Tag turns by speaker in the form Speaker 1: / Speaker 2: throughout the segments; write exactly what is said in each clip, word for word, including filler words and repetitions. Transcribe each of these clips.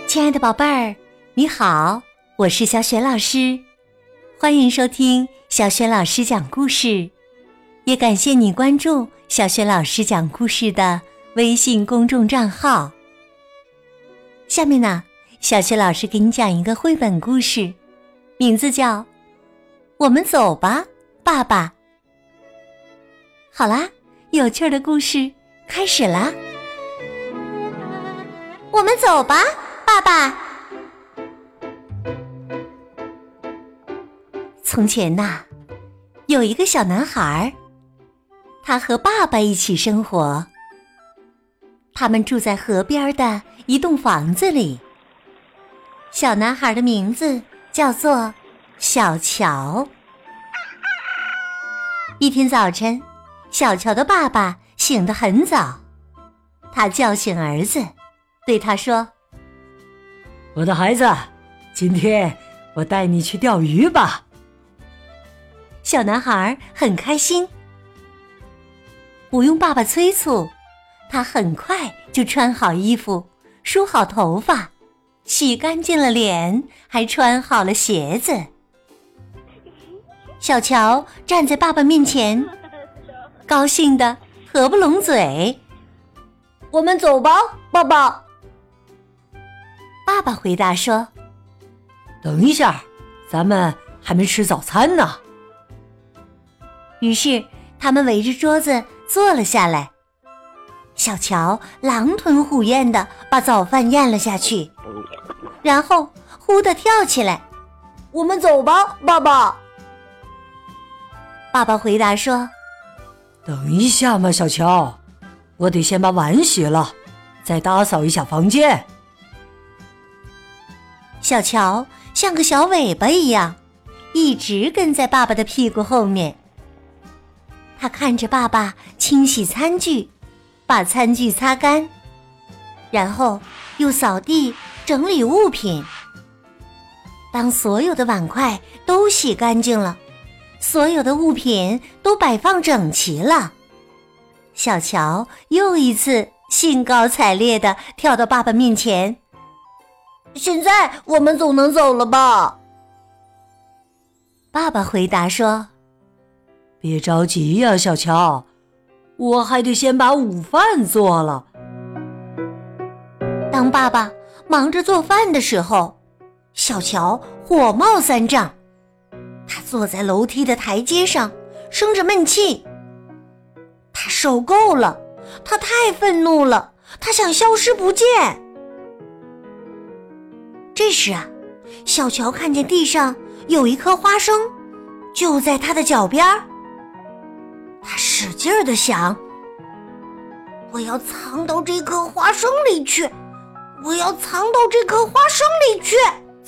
Speaker 1: 亲爱的宝贝儿，你好，我是小雪老师，欢迎收听小雪老师讲故事，也感谢你关注小雪老师讲故事的微信公众账号。下面呢，小雪老师给你讲一个绘本故事，名字叫《我们走吧，爸爸》。好啦，有趣的故事开始啦！我们走吧，爸爸。从前呐，有一个小男孩，他和爸爸一起生活。他们住在河边的一栋房子里。小男孩的名字叫做小乔。一天早晨，小乔的爸爸醒得很早，他叫醒儿子，对他说：
Speaker 2: 我的孩子，今天我带你去钓鱼吧。
Speaker 1: 小男孩很开心，不用爸爸催促，他很快就穿好衣服，梳好头发，洗干净了脸，还穿好了鞋子。小乔站在爸爸面前，高兴得合不拢嘴。我们走吧，爸爸。爸爸回答说：
Speaker 2: 等一下，咱们还没吃早餐呢。
Speaker 1: 于是他们围着桌子坐了下来。小乔狼吞虎咽地把早饭咽了下去，然后忽地跳起来：我们走吧，爸爸。爸爸回答说：
Speaker 2: 等一下嘛，小乔，我得先把碗洗了，再打扫一下房间。
Speaker 1: 小乔像个小尾巴一样，一直跟在爸爸的屁股后面。他看着爸爸清洗餐具，把餐具擦干，然后又扫地整理物品。当所有的碗筷都洗干净了，所有的物品都摆放整齐了，小乔又一次兴高采烈地跳到爸爸面前：现在我们总能走了吧？爸爸回答说：
Speaker 2: 别着急呀，小乔，我还得先把午饭做了。
Speaker 1: 当爸爸忙着做饭的时候，小乔火冒三丈，他坐在楼梯的台阶上，生着闷气。他受够了，他太愤怒了，他想消失不见。这时啊，小乔看见地上有一颗花生，就在他的脚边儿。他使劲儿地想：我要藏到这颗花生里去，我要藏到这颗花生里去。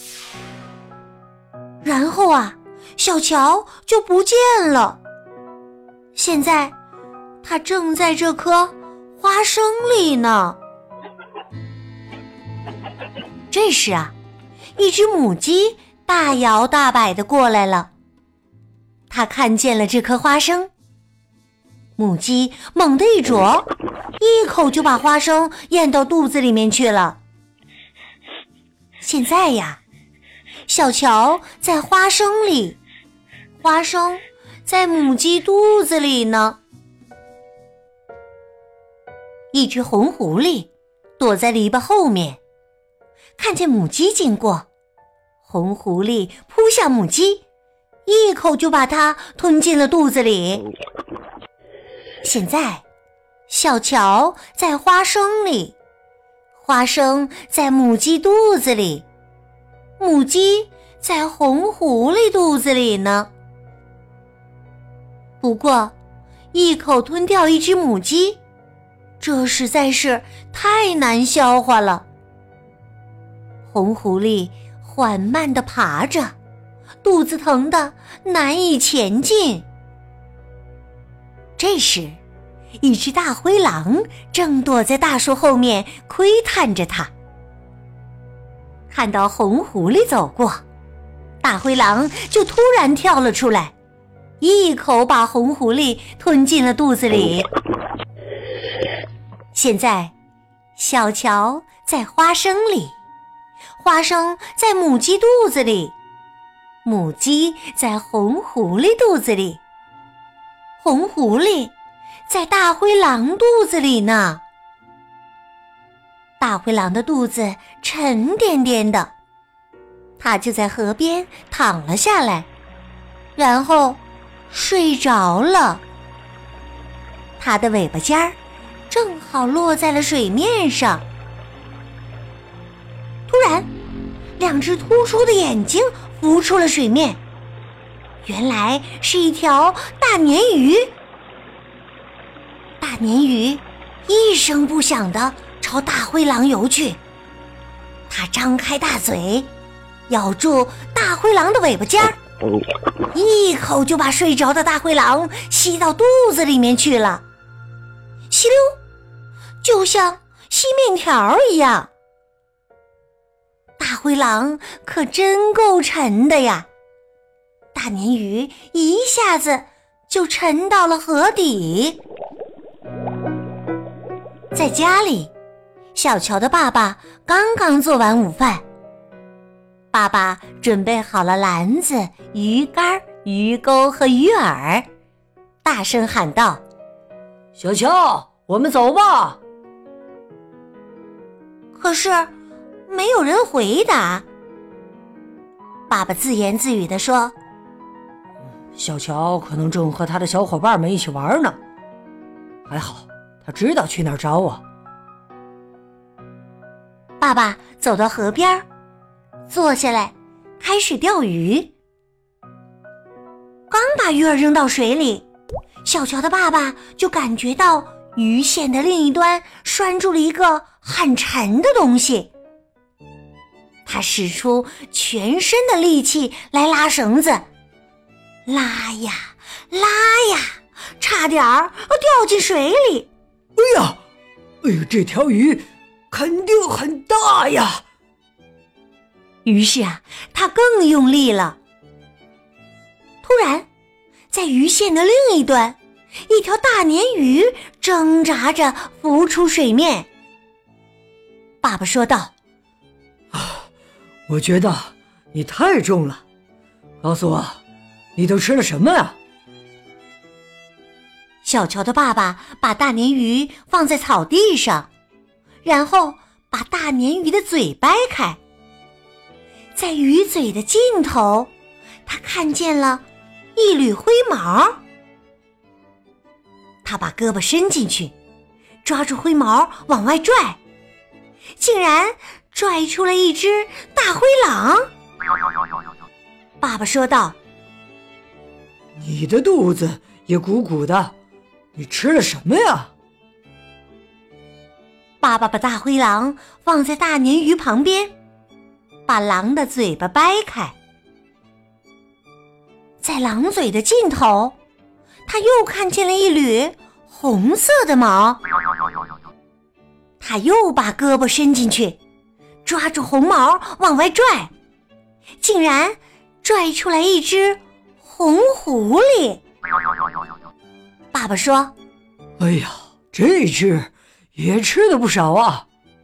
Speaker 1: 然后啊，小乔就不见了。现在他正在这颗花生里呢。这时啊，一只母鸡大摇大摆地过来了。它看见了这颗花生，母鸡猛地一啄，一口就把花生咽到肚子里面去了。现在呀，小乔在花生里，花生在母鸡肚子里呢。一只红狐狸躲在篱笆后面，看见母鸡经过，红狐狸扑向母鸡，一口就把它吞进了肚子里。现在小乔在花生里，花生在母鸡肚子里，母鸡在红狐狸肚子里呢。不过一口吞掉一只母鸡，这实在是太难消化了。红狐狸缓慢地爬着，肚子疼得难以前进。这时，一只大灰狼正躲在大树后面窥探着它。看到红狐狸走过，大灰狼就突然跳了出来，一口把红狐狸吞进了肚子里。现在，小乔在花生里， 花生在母鸡肚子里，母鸡在红狐狸肚子里，红狐狸在大灰狼肚子里呢。大灰狼的肚子沉甸甸的，它就在河边躺了下来，然后睡着了。它的尾巴尖儿正好落在了水面上。突然，两只突出的眼睛浮出了水面，原来是一条大鲶鱼。大鲶鱼一声不响地朝大灰狼游去，它张开大嘴，咬住大灰狼的尾巴尖儿，一口就把睡着的大灰狼吸到肚子里面去了。吸溜，就像吸面条一样。大灰狼可真够沉的呀，大鲶鱼一下子就沉到了河底。在家里，小乔的爸爸刚刚做完午饭，爸爸准备好了篮子、鱼竿、鱼钩和鱼饵，大声喊道：
Speaker 2: 小乔，我们走吧。
Speaker 1: 可是没有人回答。爸爸自言自语地说：
Speaker 2: 小乔可能正和他的小伙伴们一起玩呢，还好他知道去哪儿找我。
Speaker 1: 爸爸走到河边，坐下来开始钓鱼。刚把鱼饵扔到水里，小乔的爸爸就感觉到鱼线的另一端拴住了一个很沉的东西。他使出全身的力气来拉绳子，拉呀拉呀，差点儿掉进水里。
Speaker 2: 哎呀，哎呀，这条鱼肯定很大呀！
Speaker 1: 于是啊，他更用力了。突然，在鱼线的另一端，一条大鲶鱼挣扎着浮出水面。爸爸说道：
Speaker 2: 啊，我觉得你太重了，告诉我，你都吃了什么呀？
Speaker 1: 小乔的爸爸把大鲶鱼放在草地上，然后把大鲶鱼的嘴掰开。在鱼嘴的尽头，他看见了一缕灰毛。他把胳膊伸进去，抓住灰毛往外拽，竟然拽出了一只大灰狼。爸爸说道：
Speaker 2: 你的肚子也鼓鼓的，你吃了什么呀？
Speaker 1: 爸爸把大灰狼放在大鲶鱼旁边，把狼的嘴巴掰开。在狼嘴的尽头，他又看见了一缕红色的毛。他又把胳膊伸进去，抓住红毛往外拽，竟然拽出来一只红狐狸。爸爸说：
Speaker 2: 哎呀，这只也吃了不少啊。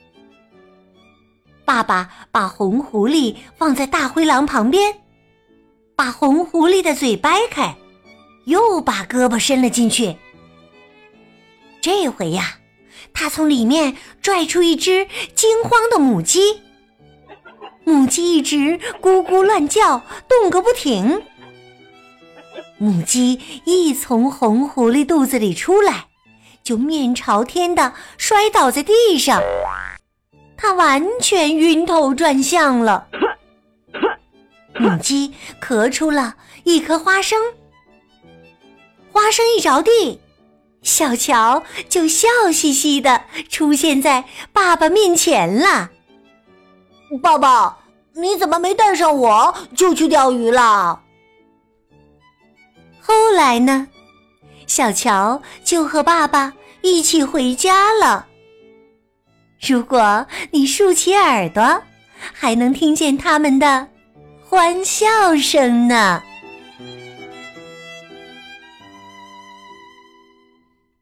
Speaker 1: 爸爸把红狐狸放在大灰狼旁边，把红狐狸的嘴掰开，又把胳膊伸了进去。这回呀，他从里面拽出一只惊慌的母鸡。母鸡一直咕咕乱叫，动个不停。母鸡一从红狐狸肚子里出来，就面朝天地摔倒在地上，它完全晕头转向了。母鸡咳出了一颗花生，花生一着地，小乔就笑嘻嘻地出现在爸爸面前了。爸爸，你怎么没带上我就去钓鱼了？后来呢，小乔就和爸爸一起回家了。如果你竖起耳朵，还能听见他们的欢笑声呢。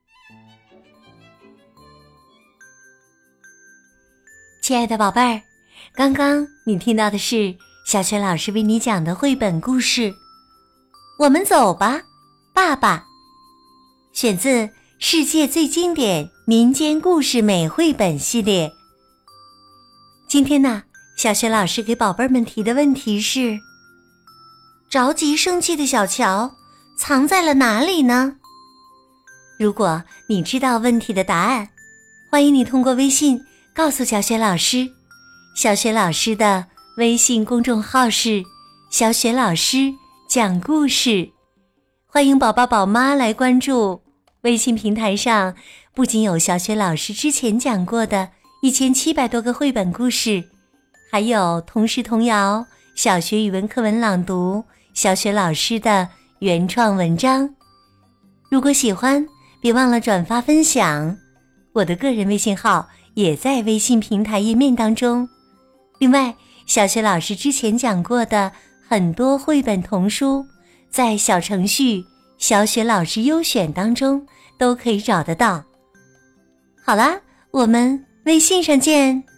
Speaker 1: 亲爱的宝贝儿， 刚刚你听到的是小雪老师为你讲的绘本故事《我们走吧，爸爸》，选自世界最经典民间故事美绘本系列。今天呢，小雪老师给宝贝们提的问题是：着急生气的小乔藏在了哪里呢？如果你知道问题的答案，欢迎你通过微信告诉小雪老师。小雪老师的微信公众号是小雪老师讲故事，欢迎宝宝宝妈来关注。微信平台上不仅有小雪老师之前讲过的一千七百多个绘本故事，还有童诗童谣、小学语文课文朗读、小雪老师的原创文章。如果喜欢，别忘了转发分享。我的个人微信号也在微信平台页面当中。另外，小雪老师之前讲过的很多绘本童书，在小程序小雪老师优选当中都可以找得到。好啦，我们微信上见。